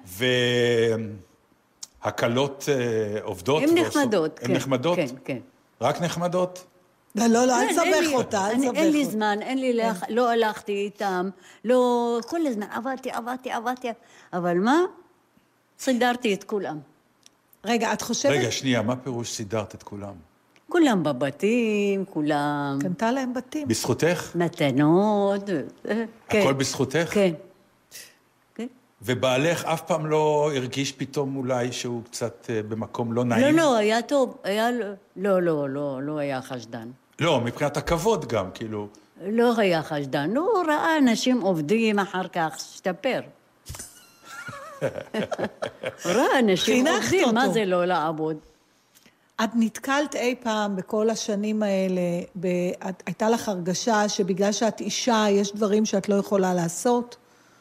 והקלות עובדות? הן נחמדות, כן. הן נחמדות? כן, כן. רק נחמדות? לא, אל תסבך אותה, אל תסבך אותה. אין לי זמן, לא הלכתי איתם, לא, כל הזמן עבדתי, אבל מה? סידרתי את כולם. רגע, את חושבת... רגע, שנייה, מה פירוש סידרת את כולם? כולם בבתים, כולם... קנתה להם בתים. בזכותך? מתנות, כן. הכל בזכותך? כן. כן. ובעלך אף פעם לא הרגיש פתאום אולי שהוא קצת במקום לא נעים? לא, היה טוב, היה... לא היה חשדן. לא, מבחינת הכבוד גם, כאילו... לא היה חשדן, הוא ראה אנשים עובדים אחר כך, השתפר. הוא ראה אנשים חינכת עובדים, אותו. מה זה לא לעבוד? את נתקלת אי פעם בכל השנים האלה, הייתה לך הרגשה שבגלל שאת אישה, יש דברים שאת לא יכולה לעשות?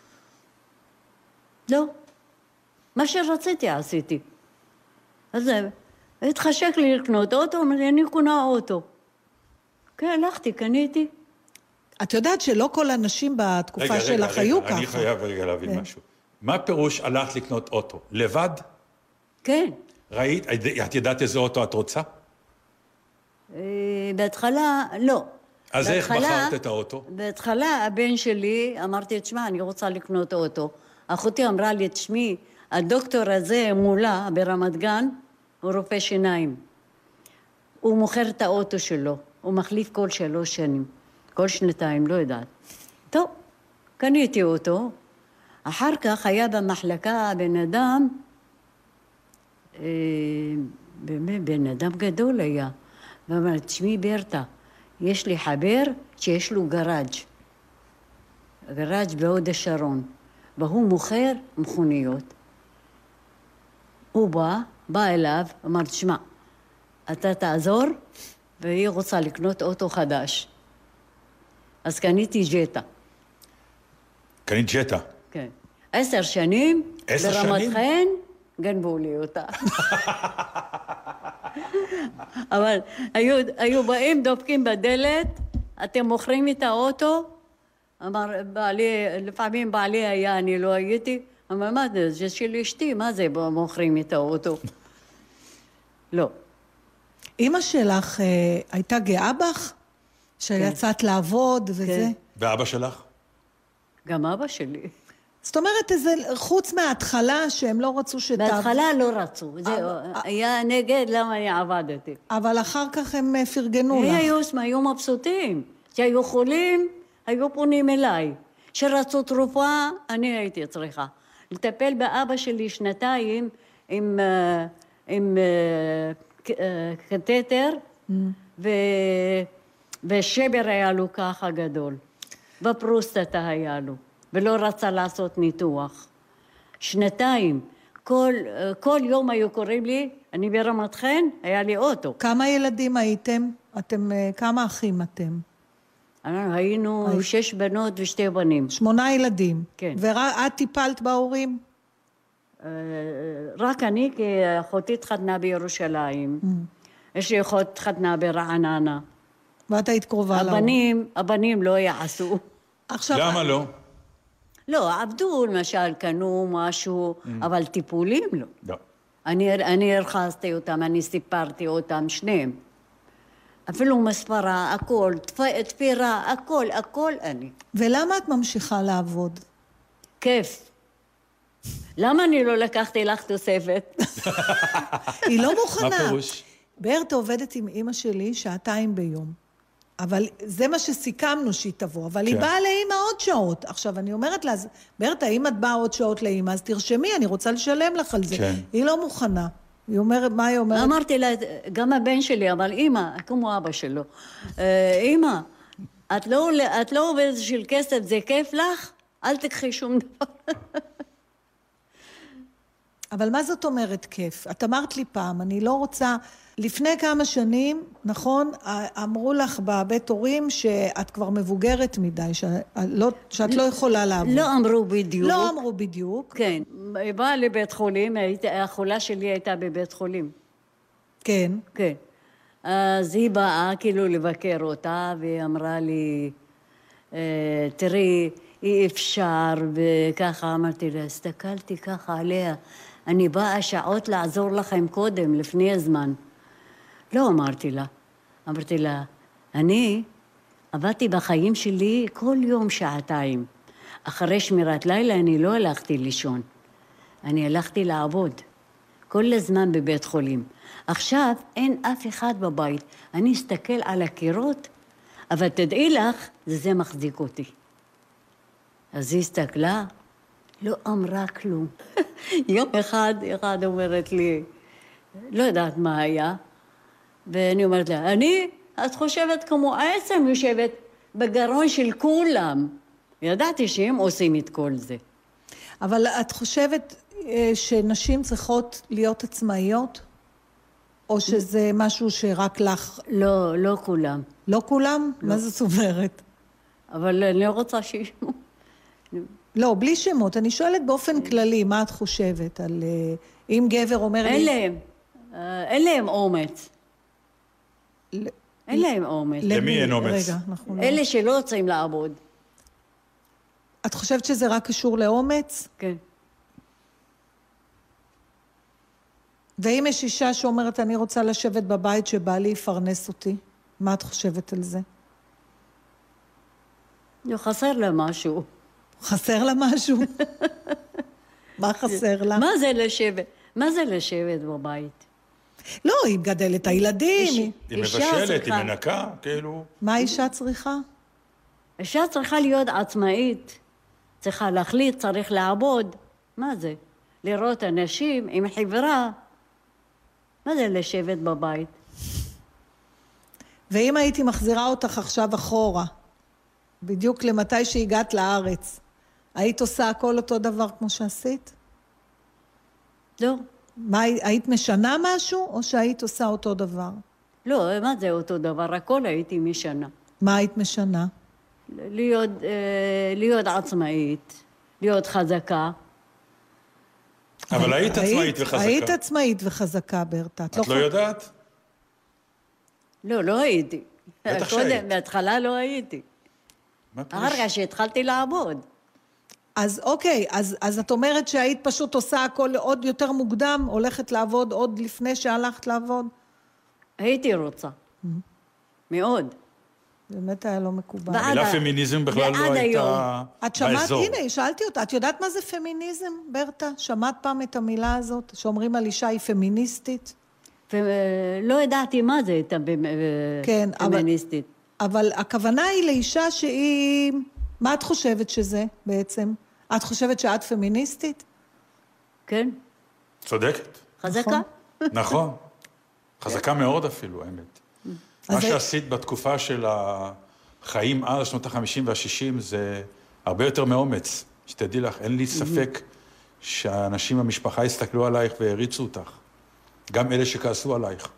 לא. מה שרציתי עשיתי. אז התחשק לי לקנות אוטו, אמרתי, אני קונה אוטו. כן, הלכתי, קניתי. את יודעת שלא כל הנשים בתקופה שלך היו ככה. אני חייב רגע להבין משהו. מה פירוש הלכת לקנות אוטו? לבד? כן. ראית? את ידעת איזה אוטו את רוצה? בהתחלה, לא. אז איך בחרת את האוטו? בהתחלה הבן שלי, אמרתי, תשמע, אני רוצה לקנות אוטו. אחותי אמרה לי, תשמעי, הדוקטור הזה מולה ברמת גן, הוא רופא שיניים. הוא מוכר את האוטו שלו, הוא מחליף כל 3 שנים, כל 2, לא יודעת. טוב, קניתי אותו. אחר כך היה במחלקה בן אדם, באמת בן אדם גדול היה. ואמר, תשמעי ברטה, יש לי חבר שיש לו גראז' בהוד השרון, והוא מוכר מכוניות. הוא בא אליו, אמר, תשמע, אתה תעזור, והיא רוצה לקנות אוטו חדש. אז קניתי ג'טה. קנית ג'טה. כן. 10 שנים, 10 ברמת שנים? חן, גנבו לי אותה. אבל היו באים, דופקים בדלת, אתם מוכרים את האוטו? אמר, לפעמים בעלי היה, אני לא הייתי. אמר, מה זה? זה של אשתי, מה זה מוכרים את האוטו? לא. אמא שלך הייתה גאה בך? שיצאת לעבוד וזה? כן. ואבא שלך? גם אבא שלי. זאת אומרת, חוץ מההתחלה שהם לא רצו שתעבוד. בהתחלה לא רצו, זה היה נגד למה אני עבדתי. אבל אחר כך הם פרגנו לך. היו מבסוטים, שהיו חולים, היו פונים אליי. שרצו תרופה, אני הייתי צריכה. לטפל באבא שלי 2 עם קטטר, ושבר היה לו ככה גדול. בפרוסטטה היה לו, ולא רצה לעשות ניתוח. 2, כל יום היו קוראים לי, אני ברמת חן, היה לי אוטו. כמה ילדים הייתם? כמה אחים אתם? היינו 6 בנות ו2 בנים. 8 ילדים. כן. ואת טיפלת בהורים? רק אני, כי אחותי התחתנה בירושלים. יש לי אחות התחתנה ברעננה. ואת היית קרובה להורים. הבנים לא יעשו. למה לא? לא, עבדו, למשל, קנו משהו, אבל טיפולים לא. לא. אני הרחזתי אותם, אני סיפרתי אותם, שניהם. אפילו מספרה, הכל, תפירה, הכל אני. ולמה את ממשיכה לעבוד? כיף. למה אני לא לקחתי לך תוספת? היא לא מוכנה. מה פירוש? ברטה עובדת עם אמא שלי 2 ביום. אבל זה מה שסיכמנו שהיא תבוא. אבל היא באה לאמא עוד שעות. עכשיו, אני אומרת לה, ברטה, אם את באה עוד שעות לאמא, אז תרשמי, אני רוצה לשלם לך על זה. היא לא מוכנה. היא אומרת, מה היא אומרת? אמרתי לה, גם הבן שלי, אבל אמא, כמו אבא שלו, אמא, את לא עובדת של כסף, זה כיף לך? אל תקחי שום דבר. אבל מה זאת אומרת כיף? את אמרת לי פעם, אני לא רוצה... לפני כמה שנים, נכון, אמרו לך בבית הורים שאת כבר מבוגרת מדי, שאת לא יכולה לעבוד. לא אמרו בדיוק. לא אמרו בדיוק. כן. היא באה לבית חולים, החולה שלי הייתה בבית חולים. כן. כן. אז היא באה כאילו לבקר אותה, והיא אמרה לי, תראי, אי אפשר, וככה אמרתי לה, הסתכלתי ככה עליה, אני באה שעות לעזור לכם קודם, לפני הזמן. לא אמרתי לה. אמרתי לה, אני עבדתי בחיים שלי כל יום 2 אחרי שמירת לילה אני לא הלכתי לישון. אני הלכתי לעבוד. כל הזמן בבית חולים. עכשיו אין אף אחד בבית. אני אסתכל על הקירות, אבל תדעי לך, זה מחזיק אותי. אז היא הסתכלה, לא אמרה כלום. יום אחד אומרת לי, לא יודעת מה היה, ואני אומרת לה, את חושבת כמו העצם יושבת בגרון של כולם. ידעתי שהם עושים את כל זה. אבל את חושבת שנשים צריכות להיות עצמאיות? או שזה משהו שרק לך... לא, לא כולם. לא כולם? לא. מה זאת אומרת? אבל אני לא רוצה שישמו. לא, בלי שמות. אני שואלת באופן כללי, מה את חושבת על... אם גבר אומר לי... אין להם אומץ. אין להם אומץ. למי אין אומץ? רגע, אנחנו לא... אלה שלא רוצים לעבוד. את חושבת שזה רק קשור לאומץ? כן. ואם יש אישה שאומרת, אני רוצה לשבת בבית שבעלי יפרנס אותי, מה את חושבת על זה? חסר לה משהו. חסר לה משהו? מה חסר לה? מה זה לשבת? מה זה לשבת בבית? לא, היא מגדלת את הילדים. היא מבשלת, היא מנקה, כאילו... מה אישה צריכה? אישה צריכה להיות עצמאית. צריכה להחליט, צריך לעבוד. מה זה? לראות אנשים עם חברה. מה זה לשבת בבית? ואם הייתי מחזירה אותך עכשיו אחורה, בדיוק למתי שהגעת לארץ, היית עושה הכל אותו דבר כמו שעשית? לא. מה, היית משנה משהו או שהיית עושה אותו דבר? לא, מה זה אותו דבר? הכל הייתי משנה. מה היית משנה? להיות עצמאית, להיות חזקה. אבל היית עצמאית וחזקה. היית עצמאית וחזקה, ברטה. את לא יודעת? לא הייתי. בטח שהיית. קודם, בהתחלה לא הייתי. אחר כך שהתחלתי לעבוד. אז אוקיי, אז את אומרת שהיית פשוט עושה הכל עוד יותר מוקדם, הולכת לעבוד עוד לפני שהלכת לעבוד? הייתי רוצה. מאוד. באמת היה לא מקובל. המילה פמיניזם בכלל לא הייתה את שמעת, באזור. הנה, שאלתי אותה, את יודעת מה זה פמיניזם, ברטה? שמעת פעם את המילה הזאת, שאומרים על אישה היא פמיניסטית? לא ידעתי מה זה הייתה כן, פמיניסטית. אבל הכוונה היא לאישה שהיא... מה את חושבת שזה בעצם? את חושבת שאת פמיניסטית? כן. צודקת. חזקה? נכון. חזקה מאוד אפילו, האמת. מה שעשית בתקופה של החיים אז, שנות ה-50 וה-60, זה הרבה יותר מאומץ. שתדעי לך, אין לי ספק שהאנשים במשפחה הסתכלו עלייך והריצו אותך. גם אלה שכעסו עלייך.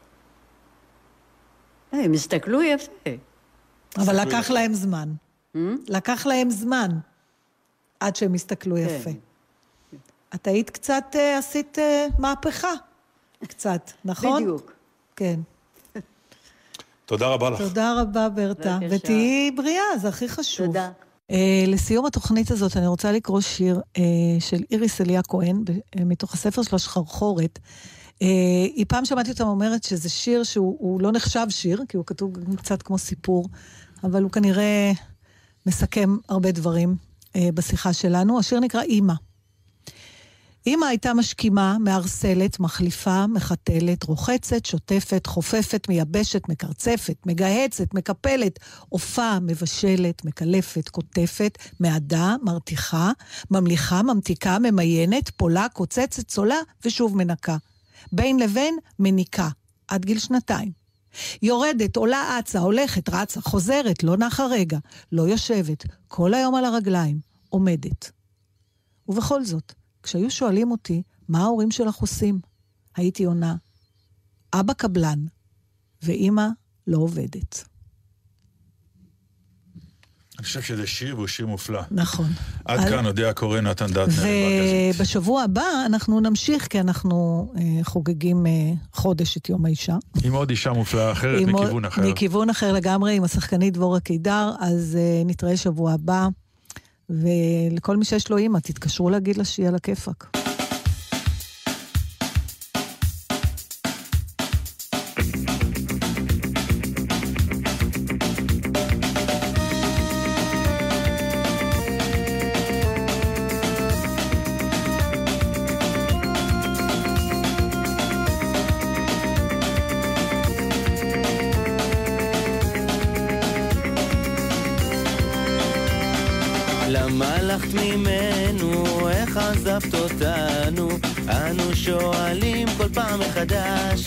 הם הסתכלו יפה. אבל לקח להם זמן. לקח להם זמן עד שהם הסתכלו יפה. את היית קצת, עשית מהפכה. קצת, נכון? בדיוק. כן. תודה רבה לך. תודה רבה, ברטה. ותהיי בריאה, זה הכי חשוב. תודה. לסיום התוכנית הזאת, אני רוצה לקרוא שיר של איריס אליה כהן, מתוך הספר של השחרחורת. היא פעם שמעתי אותה אומרת שזה שיר שהוא לא נחשב שיר, כי הוא כתוב קצת כמו סיפור, אבל הוא כנראה מסכם הרבה דברים בשיחה שלנו. השיר נקרא אימא. אימא הייתה משכימה, מארסלת, מחליפה, מחתלת, רוחצת, שוטפת, חופפת, מייבשת, מקרצפת, מגהצת, מקפלת, אופה, מבשלת, מקלפת, כותפת, מעדה, מרתיחה, ממליכה, ממתיקה, ממיינת, פולה, קוצצת, צולה ושוב מנקה. בין לבין מניקה, עד גיל 2. יורדת, עולה אצה, הולכת, רצה, חוזרת, לא נחה רגע, לא יושבת, כל היום על הרגליים, עומדת. ובכל זאת, כשהיו שואלים אותי מה ההורים שלך עושים, הייתי עונה, אבא קבלן, ואמא לא עובדת. אני חושב שזה שיר, והוא שיר מופלא. נכון. עד כאן יודע קורא נתן דטנר. ובשבוע הבא אנחנו נמשיך, כי אנחנו חוגגים חודש את יום האישה. עם עוד אישה מופלאה אחרת, מכיוון אחר. מכיוון אחר לגמרי, עם השחקנית דבורה קידר, אז נתראה שבוע הבא. ולכל מי שיש לו אימא, תתקשרו להגיד לה שיהיה לה כיפק. למה הלכת ממנו, איך עזבת אותנו, אנו שואלים כל פעם מחדש,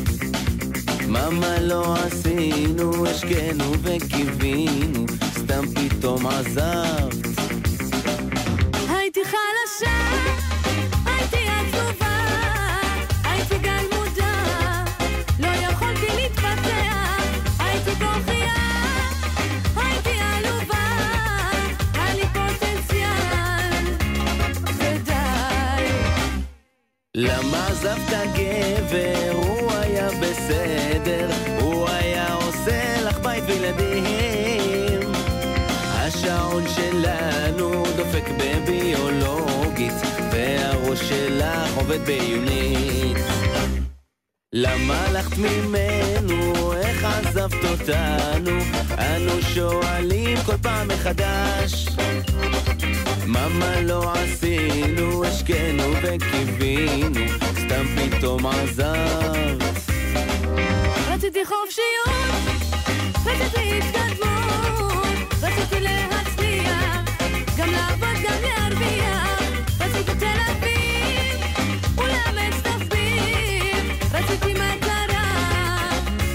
מה לא עשינו, השקנו וקיווינו, סתם פתאום עזבת. הייתי חלשה, הייתי עצובה, הייתי גלמודה, לא יכולתי להתפתח, הייתי כוחיה, הייתי עלובה, היה לי פוטנציאל, ודי. למה עזבת גבר, הוא היה בסדר, הוא היה עושה לך בית וילדים. השעון שלנו דופק בביולוגית, והראש שלך עובד ביונית. למה הלכת ממנו, איך עזבת אותנו, אנו שואלים כל פעם מחדש, מה לא עשינו, השקנו וקיווינו, סתם פתאום עזבת. רציתי חופשיות, רציתי התקדמות, רציתי להצליח, גם לעבוד גם להרוויח, רציתי תל אביב ולאמץ תחביב, רציתי מטרה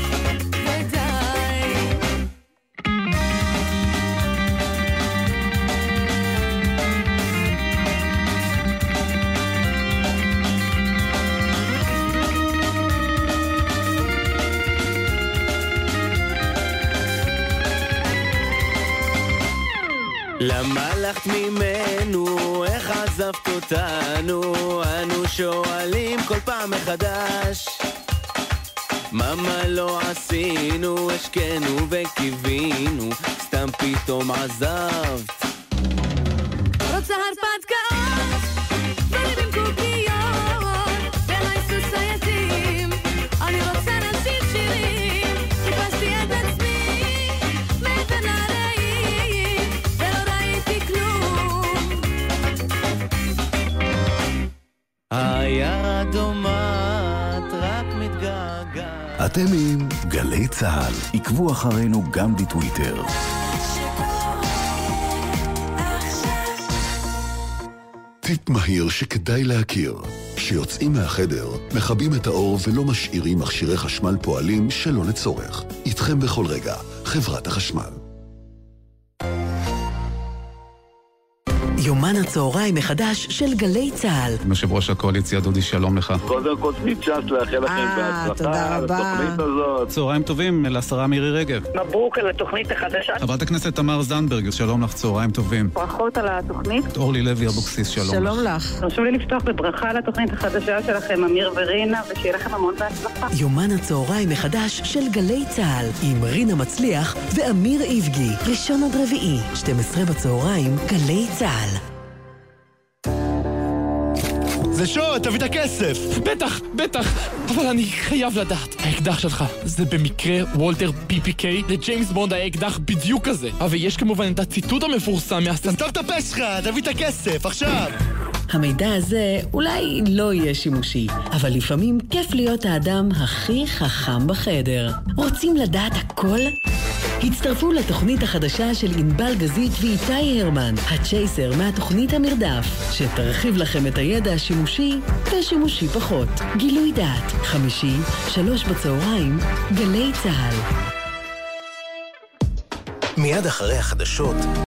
ודי. למה הלכת ממנו, איך עזבת אותנו, אנו שואלים כל פעם מחדש, מה לא עשינו, השקנו וקיווינו, סתם פתאום עזבת. רוצה הרפתקאות, וריבים קוקיות, והאיסוס היתים, אני רוצה להשאיר שירים, חיפשתי את עצמי, אתם עם גלי צהל. עקבו אחרינו גם בטוויטר. טיפ מהיר שכדאי להכיר. כשיוצאים מהחדר, מכבים את האור ולא משאירים מכשירי חשמל פועלים שלא לצורך. איתכם בכל רגע, חברת החשמל. יומן הצהריים מחדש של גלי צהל. יושב ראש הקואליציה דודי, שלום לך. קודם כל צ'אנס לאחל לכם בהצלחה על התוכנית הזאת. צהריים טובים לשרה מירי רגב. מברוק על התוכנית החדשה. חברת הכנסת תמר זנדברג, שלום לך, צהריים טובים. ברכות על התוכנית. אורלי לוי אבוקסיס, שלום לך. שלום לך. חשוב לי לפתוח בברכה על התוכנית החדשה שלכם, אמיר ורינה, ושיהיה לכם המון בהצלחה. יומן הצהריים מחדש של גלי צהל עם רינה מצליח ואמיר איבגי. ראשון עד רביעי, 12 בצהריים, גלי צהל. זה שוד, תביא את הכסף! בטח, אבל אני חייב לדעת. האקדח שלך, זה במקרה וולטר PPK? לג'יימס בונד האקדח בדיוק כזה. אבל יש כמובן את הציטוט המפורסם תסתור את הפה שלך, תביא את הכסף, עכשיו! המידע הזה אולי לא יהיה שימושי, אבל לפעמים כיף להיות האדם הכי חכם בחדר. רוצים לדעת הכל? הצטרפו לתוכנית החדשה של ענבל גזית ואיתי הרמן, הצ'ייסר מהתוכנית המרדף, שתרחיב לכם את הידע השימושי ושימושי פחות. גילוי דעת, חמישי, 3 בצהריים, גלי צהל. מיד אחרי החדשות